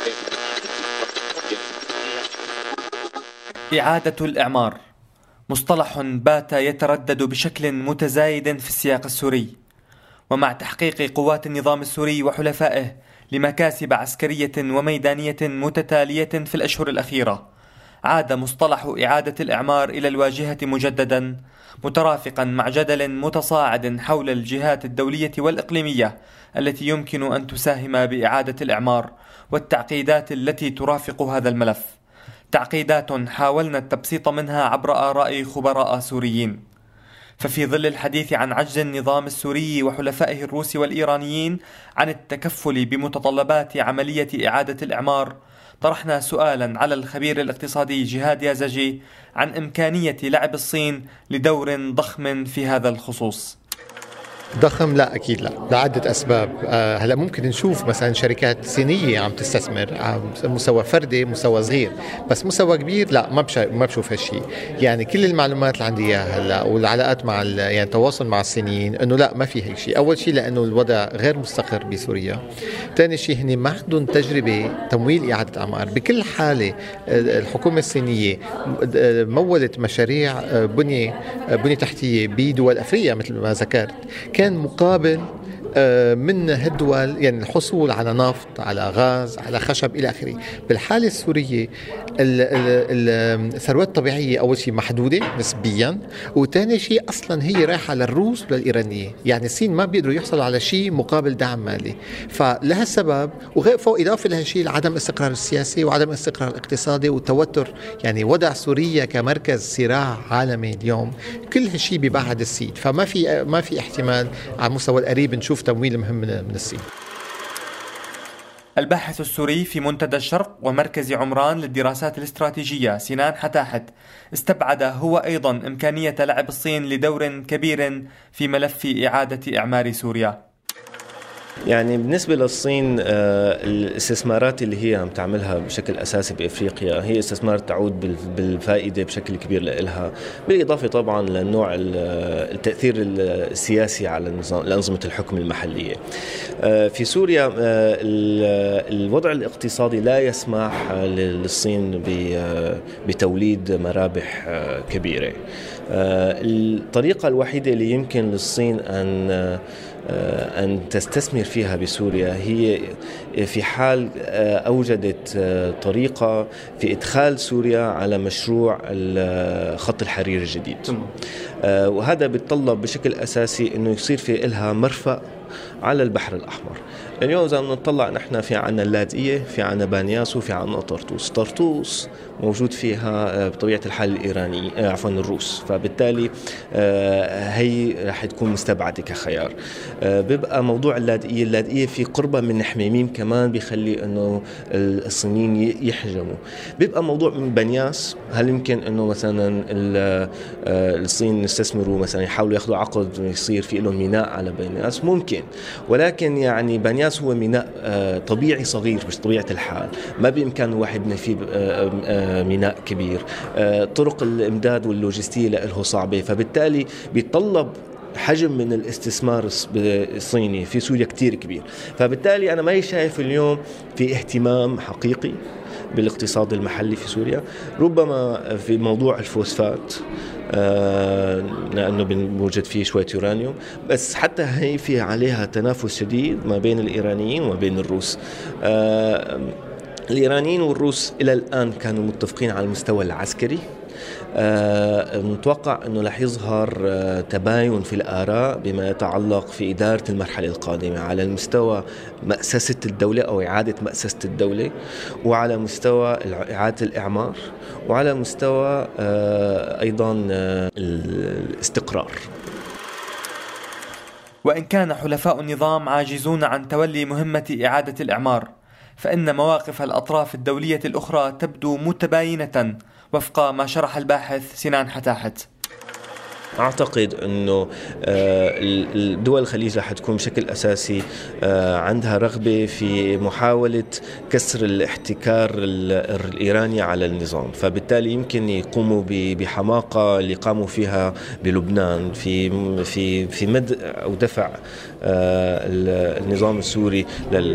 إعادة الإعمار مصطلح بات يتردد بشكل متزايد في السياق السوري، ومع تحقيق قوات النظام السوري وحلفائه لمكاسب عسكرية وميدانية متتالية في الأشهر الأخيرة، عاد مصطلح إعادة الإعمار إلى الواجهة مجددا، مترافقا مع جدل متصاعد حول الجهات الدولية والإقليمية التي يمكن أن تساهم بإعادة الإعمار، والتعقيدات التي ترافق هذا الملف، تعقيدات حاولنا التبسيط منها عبر آراء خبراء سوريين. ففي ظل الحديث عن عجز النظام السوري وحلفائه الروس والإيرانيين عن التكفل بمتطلبات عملية إعادة الإعمار، طرحنا سؤالا على الخبير الاقتصادي جهاد يازجي عن إمكانية لعب الصين لدور ضخم في هذا الخصوص. ضخم؟ لا أكيد لا، لعدة أسباب. هلا ممكن نشوف مثلا شركات صينية عم تستثمر على مستوى فردي، مستوى صغير، بس مستوى كبير لا، ما بشوف هالشيء. يعني كل المعلومات اللي عندي إياها هلا والعلاقات مع يعني التواصل مع الصينيين إنه لا، ما في هيك شيء. أول شيء لأنه الوضع غير مستقر بسوريا. ثاني شيء هني ما عندهم تجربة تمويل إعادة أعمار. بكل حالة الحكومة الصينية مولت مشاريع بنية تحتية بدول أفريقيا مثل ما ذكرت، كان مقابل من هالدول يعني الحصول على نفط، على غاز، على خشب إلى آخره. بالحالة السورية الثروات الطبيعية أول شيء محدودة نسبيا، وثاني شيء أصلا هي رايحة للروس وللإيرانيين. يعني الصين ما بيقدروا يحصلوا على شيء مقابل دعم مالي. فلها السبب، وغير فوق إضافة لها شيء عدم الاستقرار السياسي وعدم الاستقرار الاقتصادي والتوتر. يعني وضع سوريا كمركز صراع عالمي اليوم كل هالشيء ببعد السيد. فما في احتمال على المستوى القريب نشوف تمويل مهم من الصين. الباحث السوري في منتدى الشرق ومركز عمران للدراسات الاستراتيجية سنان حتاحت استبعد هو أيضا إمكانية لعب الصين لدور كبير في ملف إعادة إعمار سوريا. يعني بالنسبة للصين الاستثمارات اللي هي عم تعملها بشكل أساسي بإفريقيا هي استثمارات تعود بالفائدة بشكل كبير لإلها، بالإضافة طبعا للنوع التأثير السياسي على أنظمة الحكم المحلية. في سوريا الوضع الاقتصادي لا يسمح للصين بتوليد مرابح كبيرة. الطريقة الوحيدة اللي يمكن للصين أن تستثمر فيها بسوريا هي في حال أوجدت طريقة في إدخال سوريا على مشروع خط الحرير الجديد. وهذا بيتطلب بشكل أساسي أنه يصير في إلها مرفأ على البحر الأحمر. اليوم إذا نطلع نحن في عنا اللاذقية، في عنا بانياس، وفي عنا طرطوس موجود فيها بطبيعة الحال الإيراني الروس، فبالتالي هي رح تكون مستبعدة كخيار. بيبقى موضوع اللاذقية في قربة من حميميم كمان بيخلي إنه الصينيين يحجموا. بيبقى موضوع من بانياس، هل يمكن إنه مثلا الصين يستثمروا مثلا يحاولوا ياخذوا عقد يصير في لهم ميناء على بانياس؟ ممكن، ولكن يعني بانياس هو ميناء طبيعي صغير مش طبيعة الحال، ما بإمكان الواحد يبني فيه ميناء كبير. طرق الإمداد واللوجستية له صعبة، فبالتالي بيتطلب حجم من الاستثمار الصيني في سوريا كتير كبير. فبالتالي أنا ما شايف اليوم في اهتمام حقيقي بالاقتصاد المحلي في سوريا. ربما في موضوع الفوسفات لأنه بنوجد فيه شوية يورانيوم، بس حتى هي في عليها تنافس شديد ما بين الإيرانيين وما بين الروس. الإيرانيين والروس إلى الآن كانوا متفقين على المستوى العسكري. نتوقع أنه رح يظهر تباين في الآراء بما يتعلق في إدارة المرحلة القادمة على المستوى مأسسة الدولة أو إعادة مأسسة الدولة، وعلى مستوى إعادة الإعمار، وعلى مستوى أيضا الاستقرار. وإن كان حلفاء النظام عاجزون عن تولي مهمة إعادة الإعمار، فإن مواقف الأطراف الدولية الأخرى تبدو متباينة وفق ما شرح الباحث سنان حتاحت. أعتقد أنه الدول الخليج رح تكون بشكل أساسي عندها رغبة في محاولة كسر الاحتكار الإيراني على النظام، فبالتالي يمكن يقوموا بحماقة اللي قاموا فيها بلبنان في مد أو دفع النظام السوري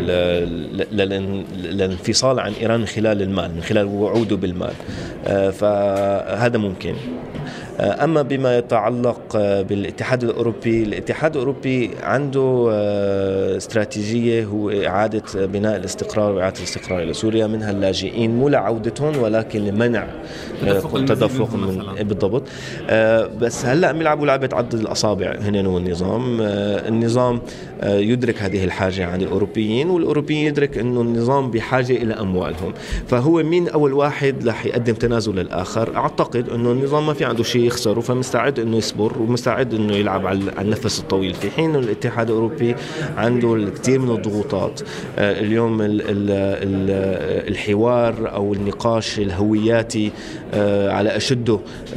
للانفصال عن إيران من خلال المال، من خلال وعوده بالمال. فهذا ممكن. أما بما يتعلق بالاتحاد الأوروبي، الاتحاد الأوروبي عنده استراتيجية هو إعادة بناء الاستقرار وإعادة الاستقرار إلى سوريا، منها اللاجئين مو لعودتهم ولكن لمنع تدفق بالضبط. بس هلأ عم يلعبوا لعبة عض الأصابع هنا والنظام. النظام يدرك هذه الحاجة عن الأوروبيين، والأوروبيين يدرك أنه النظام بحاجة إلى أموالهم، فهو مين أول واحد رح يقدم تنازل للآخر. أعتقد أنه النظام ما في عنده شيء يخسره، فمستعد أنه يصبر ومستعد أنه يلعب على النفس الطويل، في حين الاتحاد الأوروبي عنده الكثير من الضغوطات. اليوم الحوار أو النقاش الهوياتي على أشده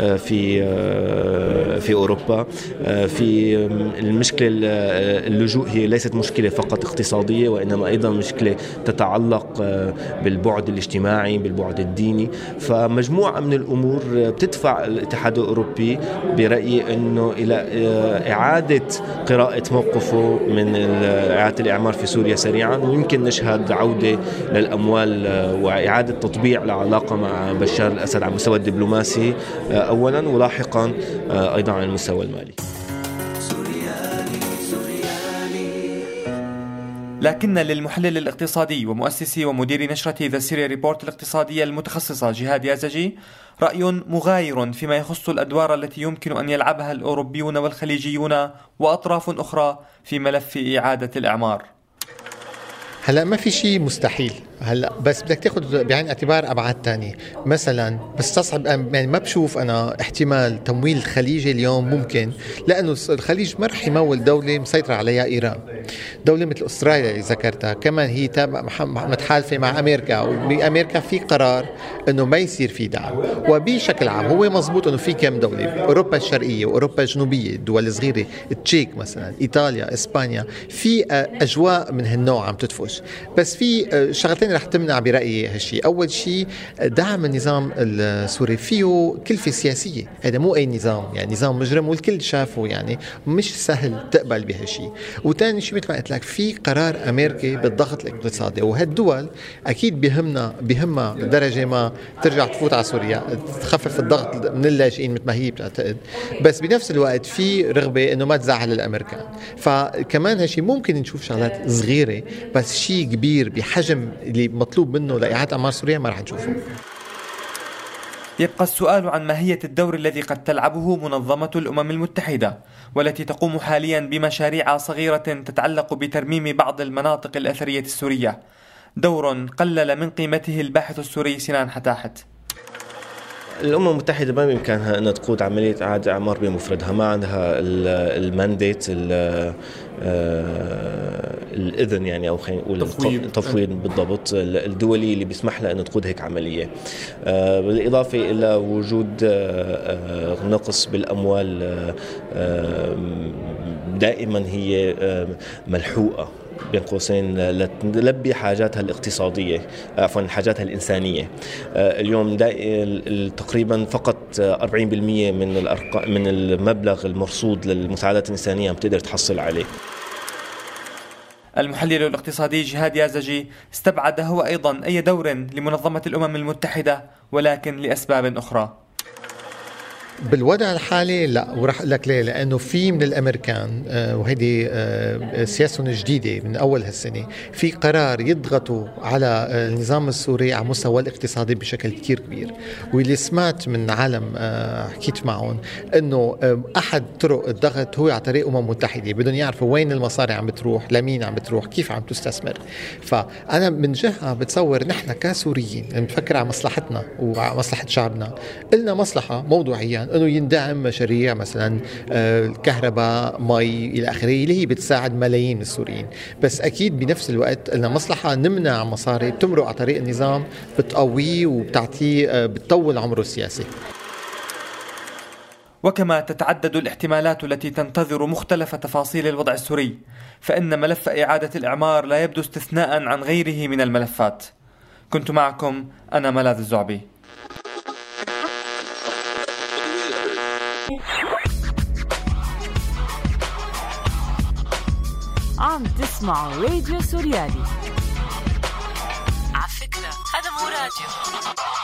في أوروبا. في المشكلة اللجوء هي ليست مشكلة فقط اقتصادية، وإنما أيضا مشكلة تتعلق بالبعد الاجتماعي، بالبعد الديني. فمجموعة من الأمور بتدفع الاتحاد الأوروبي برأيي أنه إلى إعادة قراءة موقفه من إعادة الإعمار في سوريا سريعا، ويمكن نشهد عودة للأموال وإعادة تطبيع العلاقة مع بشار الأسد على المستوى الدبلوماسي أولا، ولاحقا أيضا على المستوى المالي. لكن للمحلل الاقتصادي ومؤسسي ومدير نشرة ذا سيريا ريبورت الاقتصادية المتخصصة جهاد يازجي رأي مغاير فيما يخص الأدوار التي يمكن أن يلعبها الأوروبيون والخليجيون وأطراف أخرى في ملف إعادة الإعمار. هلا ما في شيء مستحيل، هلا بس بدك تاخذ بعين اعتبار ابعاد تانية. مثلا بستصعب، يعني ما بشوف انا احتمال تمويل الخليجي اليوم ممكن، لانه الخليج ما رح يمول دوله مسيطره عليها ايران. دوله مثل استراليا اللي ذكرتها كمان هي متحالفه مع امريكا، وبامريكا في قرار انه ما يصير في دعم. وبشكل عام هو مزبوط انه في كم دوله، اوروبا الشرقيه واوروبا الجنوبيه، الدول الصغيره، التشيك مثلا، ايطاليا، اسبانيا، في اجواء من هالنوع عم تدفش. بس في شغلتين رح تمنع برأيي هالشيء. أول شيء دعم النظام السوري فيه كلفة سياسية، هذا مو أي نظام، يعني نظام مجرم والكل شافه، يعني مش سهل تقبل بهالشيء. وثاني شيء مثل ما قلت لك في قرار أمريكي بالضغط الاقتصادي، وهالدول أكيد بهمها بدرجة ما ترجع تفوت على سوريا، تخفف الضغط من اللاجئين مثل ما هي بتعتقد، بس بنفس الوقت في رغبة إنه ما تزعل الأمريكان. فكمان هالشيء ممكن نشوف شغلات صغيرة، بس شيء كبير بحجم اللي مطلوب منه لإعادة أعمار سوريا ما راح نشوفه. يبقى السؤال عن ماهية الدور الذي قد تلعبه منظمة الأمم المتحدة، والتي تقوم حاليا بمشاريع صغيرة تتعلق بترميم بعض المناطق الأثرية السورية، دور قلل من قيمته الباحث السوري سنان حتاحت. الأمم المتحدة ما بإمكانها أن تقود عملية إعادة إعمار بمفردها، ما عندها المانديت الإذن، يعني أو خلينا نقول التفويض بالضبط الدولي اللي بيسمح لها أن تقود هيك عملية. بالإضافة إلى وجود نقص بالأموال دائما هي ملحوقة بين قوسين لتلبي حاجاتها الاقتصادية، عفوا حاجاتها الإنسانية. اليوم تقريبا فقط 40% من المبلغ المرصود للمساعدات الإنسانية عم تقدر تحصل عليه. المحلل الاقتصادي جهاد يازجي استبعد هو أيضا أي دور لمنظمة الأمم المتحدة، ولكن لأسباب أخرى. بالوضع الحالي لا، ورح أقول لك ليه. لأنه في من الأمريكان وهيدي سياستهم جديدة من أول هالسنة، في قرار يضغطوا على النظام السوري على مستوى الاقتصادي بشكل كتير كبير. واللي سمعت من عالم حكيت معهم أنه أحد طرق الضغط هو على طريق أمم متحدة، بدهم يعرفوا وين المصاري عم بتروح، لمين عم بتروح، كيف عم تستثمر. فأنا من جهة بتصور نحن كسوريين بنفكر على مصلحتنا وعلى مصلحة شعبنا، إلنا مصلحة موضوعيا انه يندعم مشاريع مثلا الكهرباء، مي الى اخره، اللي هي بتساعد ملايين السوريين. بس اكيد بنفس الوقت لنا مصلحه نمنع مصاري بتمرق على طريق النظام، بتقويه وبتعطيه، بتطول عمره السياسي. وكما تتعدد الاحتمالات التي تنتظر مختلف تفاصيل الوضع السوري، فإن ملف إعادة الإعمار لا يبدو استثناء عن غيره من الملفات. كنت معكم أنا ملاذ الزعبي. عم تسمعوا راديو سوريالي. على فكرة هذا مو راديو.